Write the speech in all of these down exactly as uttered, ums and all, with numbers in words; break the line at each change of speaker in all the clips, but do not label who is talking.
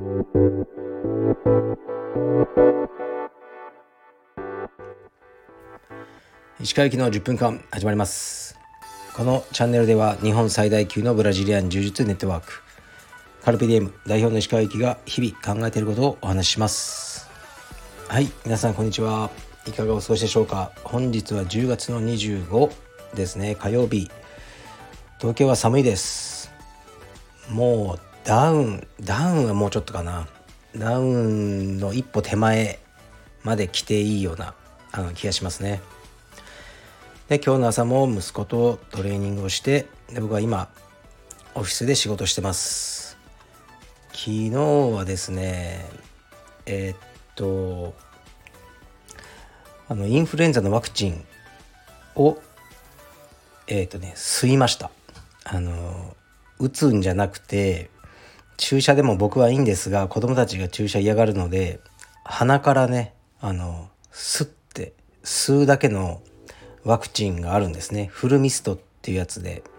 石川行きのじゅっぷんかん始まります。このチャンネルでは日本最大級のブラジリアン柔術ネットワークカルペディエム代表の石川行きが日々考えていることをお話しします。はい、皆さんこんにちは。いかがお過ごしでしょうか。本日はじゅうがつのにじゅうごですね、火曜日。東京は寒いです。もうダウンダウンはもうちょっとかな。ダウンの一歩手前まで来ていいようなあの気がしますね。で今日の朝も息子とトレーニングをして、で僕は今オフィスで仕事してます。昨日はですねえー、っとあのインフルエンザのワクチンをえー、っとね吸いました。あの打つんじゃなくて注射でも僕はいいんですが、子供たちが注射嫌がるので鼻からねあの吸って吸うだけのワクチンがあるんですね。フルミストっていうやつで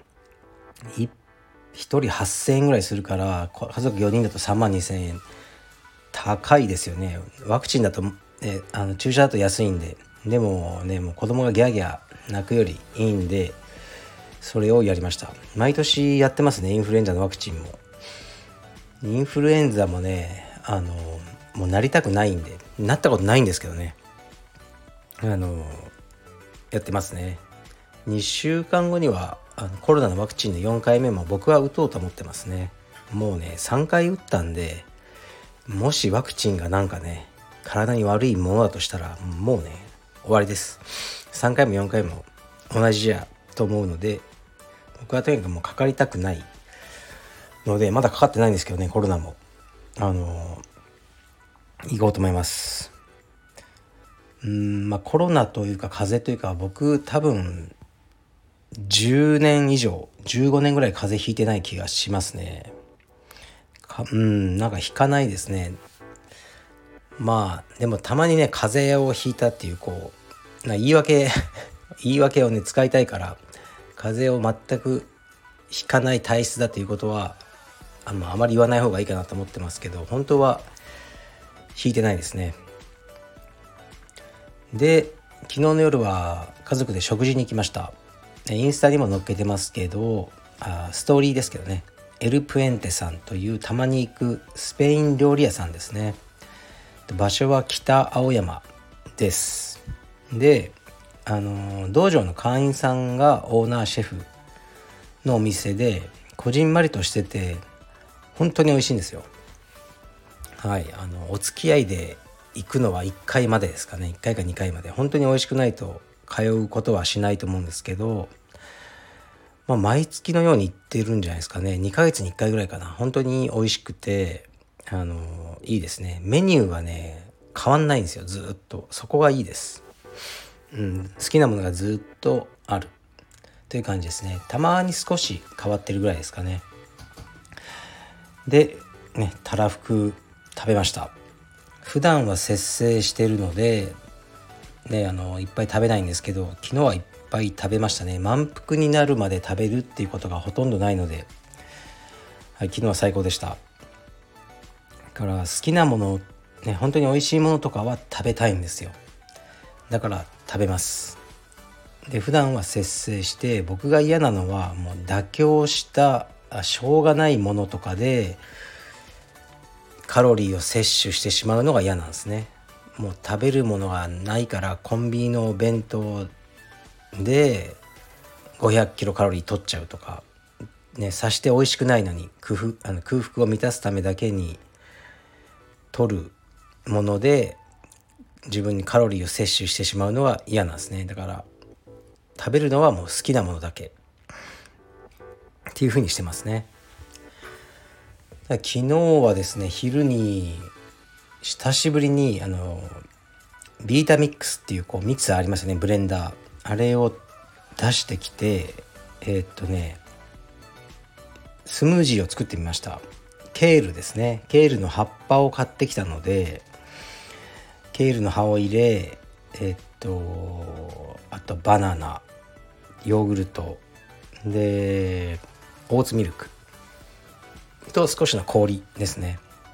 ひとりはっせんえんぐらいするから、家族よにんだとさんまんにせんえん、高いですよね。ワクチンだと、えあの注射だと安いんで、でもねもう子供がギャーギャー泣くよりいいんでそれをやりました。毎年やってますね、インフルエンザのワクチンも。インフルエンザもねあのもうなりたくないんで、なったことないんですけどね、あのやってますね。にしゅうかんごにはあのコロナのワクチンのよんかいめも僕は打とうと思ってますね。もうねさんかい打ったんで、もしワクチンがなんかね体に悪いものだとしたらもうね終わりです。さんかいもよんかいも同じじゃと思うので、僕はとにかくもうかかりたくないので、まだかかってないんですけどね、コロナもあの行こうと思います。うーんまあコロナというか風邪というか、僕多分じゅうねん以上じゅうごねんぐらい風邪ひいてない気がしますね。かうんなんかひかないですね。まあでもたまにね風邪をひいたっていうこうな言い訳言い訳をね使いたいから、風邪を全くひかない体質だということはあのあまり言わない方がいいかなと思ってますけど、本当はひいてないですね。で昨日の夜は家族で食事に行きました。インスタにも載っけてますけど、あストーリーですけどね、エルプエンテさんというたまに行くスペイン料理屋さんですね。場所は北青山です。であの道場の会員さんがオーナーシェフのお店で、こじんまりとしてて本当に美味しいんですよ。はいあのお付き合いで行くのはいっかいまでですかね。いっかいかにかいまで。本当に美味しくないと通うことはしないと思うんですけど、まあ、毎月のように行ってるんじゃないですかね。にかげつにいっかいぐらいかな。本当に美味しくてあのいいですね。メニューはね変わんないんですよ、ずっと。そこがいいです、うん、好きなものがずっとあるという感じですね。たまに少し変わってるぐらいですかね。でねたらふく食べました。普段は節制してるのでねあのいっぱい食べないんですけど、昨日はいっぱい食べましたね。満腹になるまで食べるっていうことがほとんどないので、はい、昨日は最高でした。だから好きなものね、本当に美味しいものとかは食べたいんですよ。だから食べます。で普段は節制して、僕が嫌なのはもう妥協したしょうがないものとかでカロリーを摂取してしまうのが嫌なんですね。もう食べるものがないからコンビニのお弁当でごひゃくキロカロリー取っちゃうとかね、さして美味しくないのに空腹、あの空腹を満たすためだけに取るもので自分にカロリーを摂取してしまうのが嫌なんですね。だから食べるのはもう好きなものだけっていう風にしてますね。昨日はですね、昼に久しぶりにあのビータミックスっていうこうミキサーありますよね、ブレンダー。あれを出してきてえー、っとねスムージーを作ってみました。ケールですね。ケールの葉っぱを買ってきたので、ケールの葉を入れ、えー、っとあとバナナ、ヨーグルトでオーツミルクと少しの氷ですね。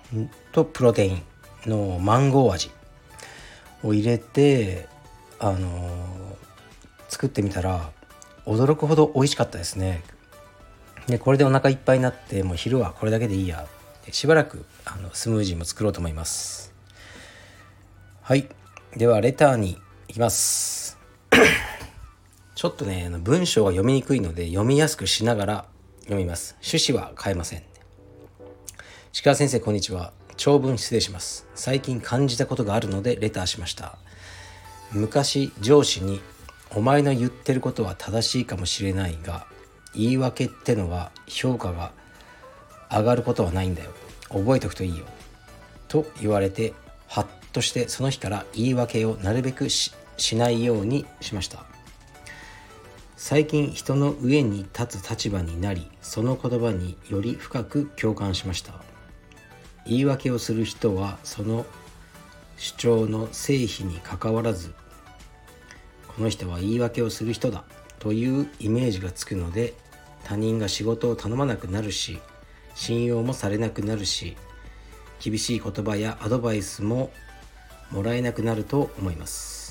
とプロテインのマンゴー味を入れて、あのー、作ってみたら驚くほど美味しかったですね。でこれでお腹いっぱいになって、もう昼はこれだけでいいや、しばらくあのスムージーも作ろうと思います。はい、ではレターに行きますちょっとね文章が読みにくいので読みやすくしながら読みます。趣旨は変えません。石川先生、こんにちは。長文失礼します。最近感じたことがあるのでレターしました。昔上司にお前の言ってることは正しいかもしれないが、言い訳ってのは評価が上がることはないんだよ、覚えておくといいよと言われて、ハッとしてその日から言い訳をなるべく し, しないようにしました。最近人の上に立つ立場になり、その言葉により深く共感しました。言い訳をする人はその主張の成否にかかわらず、この人は言い訳をする人だというイメージがつくので、他人が仕事を頼まなくなるし、信用もされなくなるし、厳しい言葉やアドバイスももらえなくなると思います。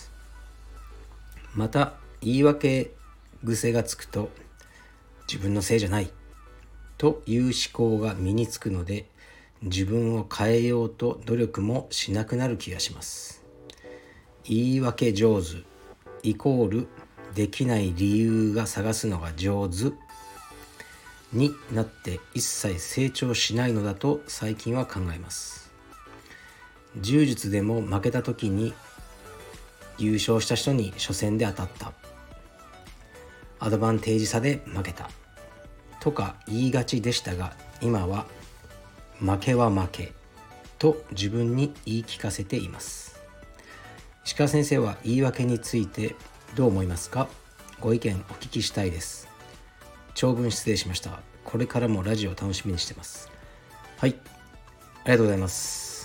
また言い訳癖がつくと、自分のせいじゃないという思考が身につくので、自分を変えようと努力もしなくなる気がします。言い訳上手イコールできない理由が探すのが上手になって一切成長しないのだと最近は考えます。柔術でも負けた時に優勝した人に初戦で当たった、アドバンテージ差で負けたとか言いがちでしたが、今は負けは負けと自分に言い聞かせています。石川先生は言い訳についてどう思いますか？ご意見お聞きしたいです。長文失礼しました。これからもラジオを楽しみにしてます。はい、ありがとうございます。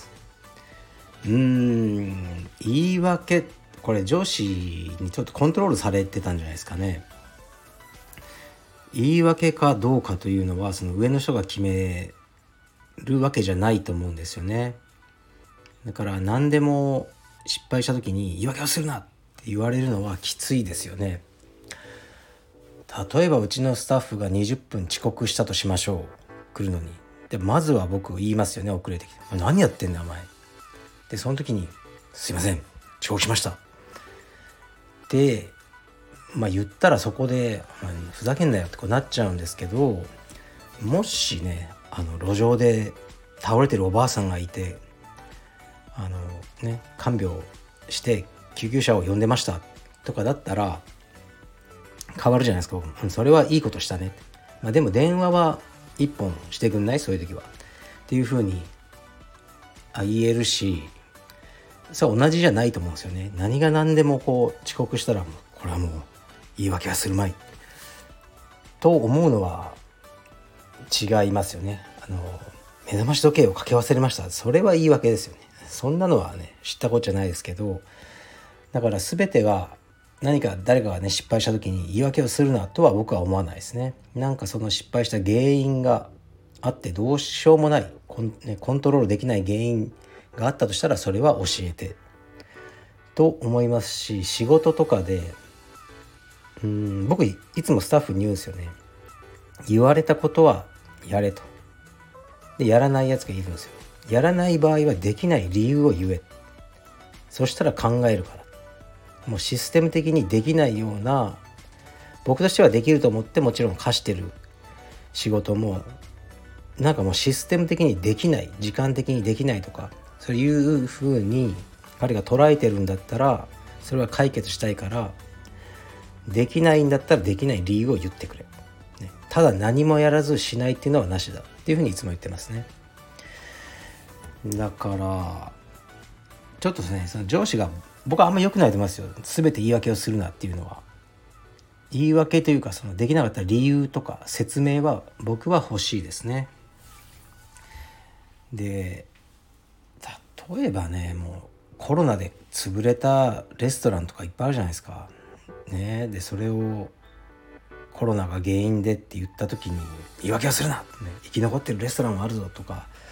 うーん言い訳、これ上司にちょっとコントロールされてたんじゃないですかね。言い訳かどうかというのはその上の人が決めるわけじゃないと思うんですよね。だから何でも失敗した時に言い訳をするなって言われるのはきついですよね。例えばうちのスタッフがにじゅっぷん遅刻したとしましょう。来るのに。でまずは僕言いますよね、遅れてきて。何やってんだお前。でその時にすいません遅刻しましたで、まあ言ったらそこでふざけんなよってこうなっちゃうんですけど、もしねあの路上で倒れてるおばあさんがいて、あのね看病して救急車を呼んでましたとかだったら変わるじゃないですか。それはいいことしたね、まあ、でも電話は一本してくんない、そういう時はっていう風に言えるし、それは同じじゃないと思うんですよね。何が何でもこう遅刻したらもうこれはもう言い訳はするまいと思うのは違いますよね。あの目覚まし時計をかけ忘れました、それは言い訳ですよね。そんなのはね知ったことじゃないですけど、だから全ては何か誰かがね失敗した時に言い訳をするなとは僕は思わないですね。なんかその失敗した原因があってどうしようもないコン、ね、コントロールできない原因があったとしたらそれは教えてと思いますし、仕事とかでうーん僕いつもスタッフに言うんですよね。言われたことはやれと。でやらないやつがいるんですよ。やらない場合はできない理由を言え。そしたら考えるから。もうシステム的にできないような、僕としてはできると思ってもちろん課してる仕事もなんかもうシステム的にできない、時間的にできないとかそういう風に彼が捉えてるんだったらそれは解決したいから、できないんだったらできない理由を言ってくれ、ね、ただ何もやらずしないっていうのはなしだっていう風にいつも言ってますね。だからちょっとねその上司が僕はあんま良くないと思いますよ。全て言い訳をするなっていうのは。言い訳というかそのできなかった理由とか説明は僕は欲しいですね。で例えばねもうコロナで潰れたレストランとかいっぱいあるじゃないですか、ね、でそれをコロナが原因でって言った時に言い訳をするな、ね、生き残ってるレストランもあるぞとか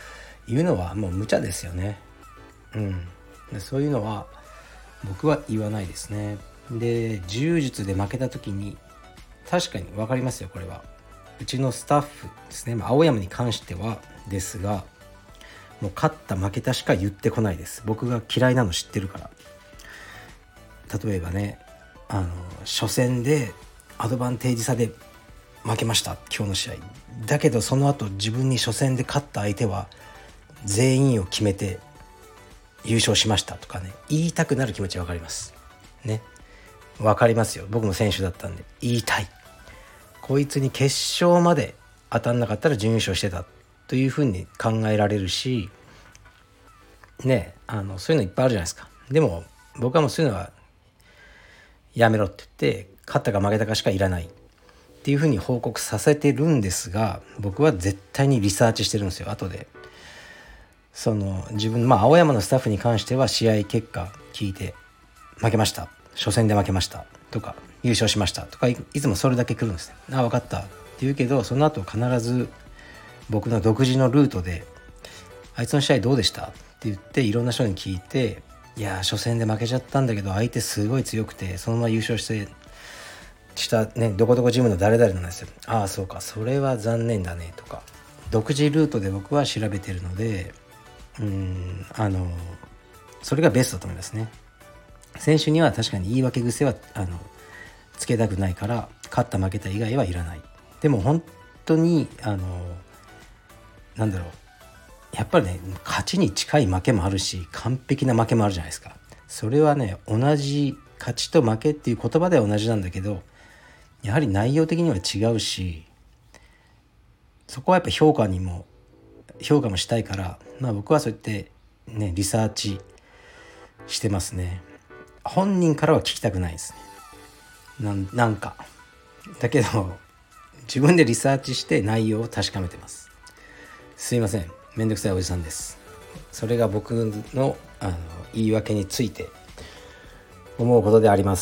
いうのはもう無茶ですよね。うんでそういうのは僕は言わないですね。で柔術で負けた時に確かに分かりますよ。これはうちのスタッフですね、まあ、青山に関してはですが、もう勝った負けたしか言ってこないです。僕が嫌いなの知ってるから。例えばね、あの初戦でアドバンテージ差で負けました今日の試合だけど、その後自分に初戦で勝った相手は全員を決めて優勝しましたとかね、言いたくなる気持ちは分かりますね。分かりますよ。僕も選手だったんで言いたい。こいつに決勝まで当たんなかったら準優勝してたというふうに考えられるしね、あのそういうのいっぱいあるじゃないですか。でも僕はもうそういうのはやめろって言って、勝ったか負けたかしかいらないっていうふうに報告させてるんですが、僕は絶対にリサーチしてるんですよ。後でその自分、まあ青山のスタッフに関しては試合結果聞いて、負けました、初戦で負けましたとか、優勝しましたとか、いつもそれだけ来るんですね。あ、分かったって言うけど、その後必ず僕の独自のルートで、あいつの試合どうでしたって言っていろんな人に聞いて、いや初戦で負けちゃったんだけど相手すごい強くてそのまま優勝してしたね、どこどこジムの誰々なんですよ。ああそうか、それは残念だねとか、独自ルートで僕は調べてるので、うーんあのそれがベストだと思いますね。選手には確かに言い訳癖はあのつけたくないから、勝った負けた以外はいらない。でも本当にあのなんだろう、やっぱりね、勝ちに近い負けもあるし完璧な負けもあるじゃないですか。それはね、同じ勝ちと負けっていう言葉では同じなんだけど、やはり内容的には違うし、そこはやっぱ評価にも評価もしたいから、まあ僕はそうやってねリサーチしてますね。本人からは聞きたくないですね。なんなんかだけど自分でリサーチして内容を確かめてます。すいません、めんどくさいおじさんです。それが僕の、あの言い訳について思うことであります。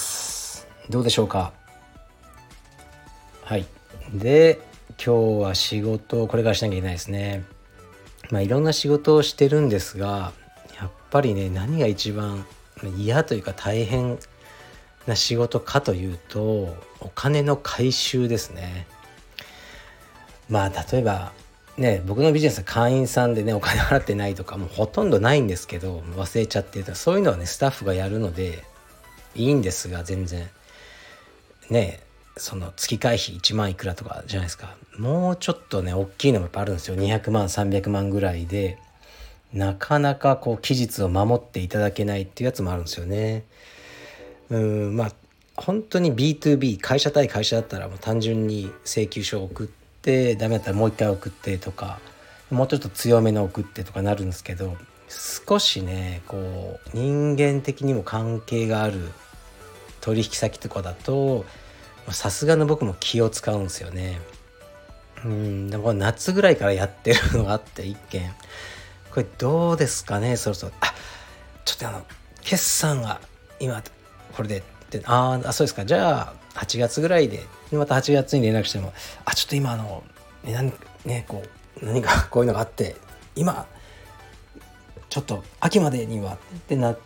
どうでしょうか。はい。で今日は仕事をこれからしなきゃいけないですね。まあいろんな仕事をしてるんですが、やっぱりね、何が一番嫌というか大変な仕事かというと、お金の回収ですね。まあ例えばね、僕のビジネスは会員さんでねお金払ってないとかもうほとんどないんですけど、忘れちゃってた、そういうのはねスタッフがやるのでいいんですが、全然ね、その月会費いちまんいくらとかじゃないですか。もうちょっとね大きいのもやっぱあるんですよ。にひゃくまんさんびゃくまんぐらいでなかなかこう期日を守っていただけないっていうやつもあるんですよね。うーんまあ本当に ビーツービー 会社対会社だったらもう単純に請求書を送ってダメだったらもう一回送ってとか、もうちょっと強めの送ってとかなるんですけど、少しねこう人間的にも関係がある取引先とかだとさすがの僕も気を使うんですよね。うんでも夏ぐらいからやってるのがあって一件、これどうですかね、そろそろあちょっとあの決算が今これでってああそうですか、じゃあはちがつぐらいで、でまたはちがつに連絡しても、あちょっと今あのねねこう何かこういうのがあって今ちょっと秋までにはってなって、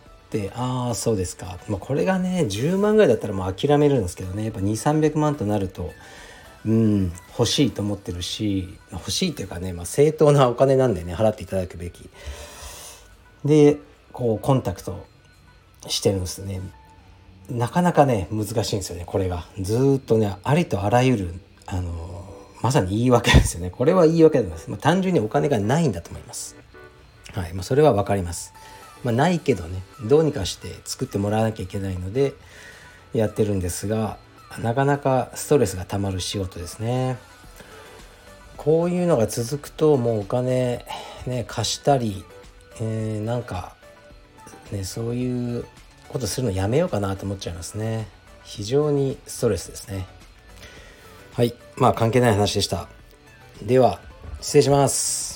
ああそうですか、まあ、これがねじゅうまんぐらいだったらもう諦めるんですけどね、やっぱにひゃくさんびゃくまんとなるとうん欲しいと思ってるし、欲しいっていうかね、まあ、正当なお金なんでね払っていただくべきで、こうコンタクトしてるんですね。なかなかね難しいんですよね。これがずっとねありとあらゆるあのまさに言い訳ですよね。これは言い訳だと思います。まあ、単純にお金がないんだと思います。はい、まあ、それは分かります。まあ、ないけどねどうにかして作ってもらわなきゃいけないのでやってるんですが、なかなかストレスがたまる仕事ですね。こういうのが続くともうお金ね貸したり、えー、なんかねそういうことするのやめようかなと思っちゃいますね。非常にストレスですね。はい、まあ関係ない話でした。では失礼します。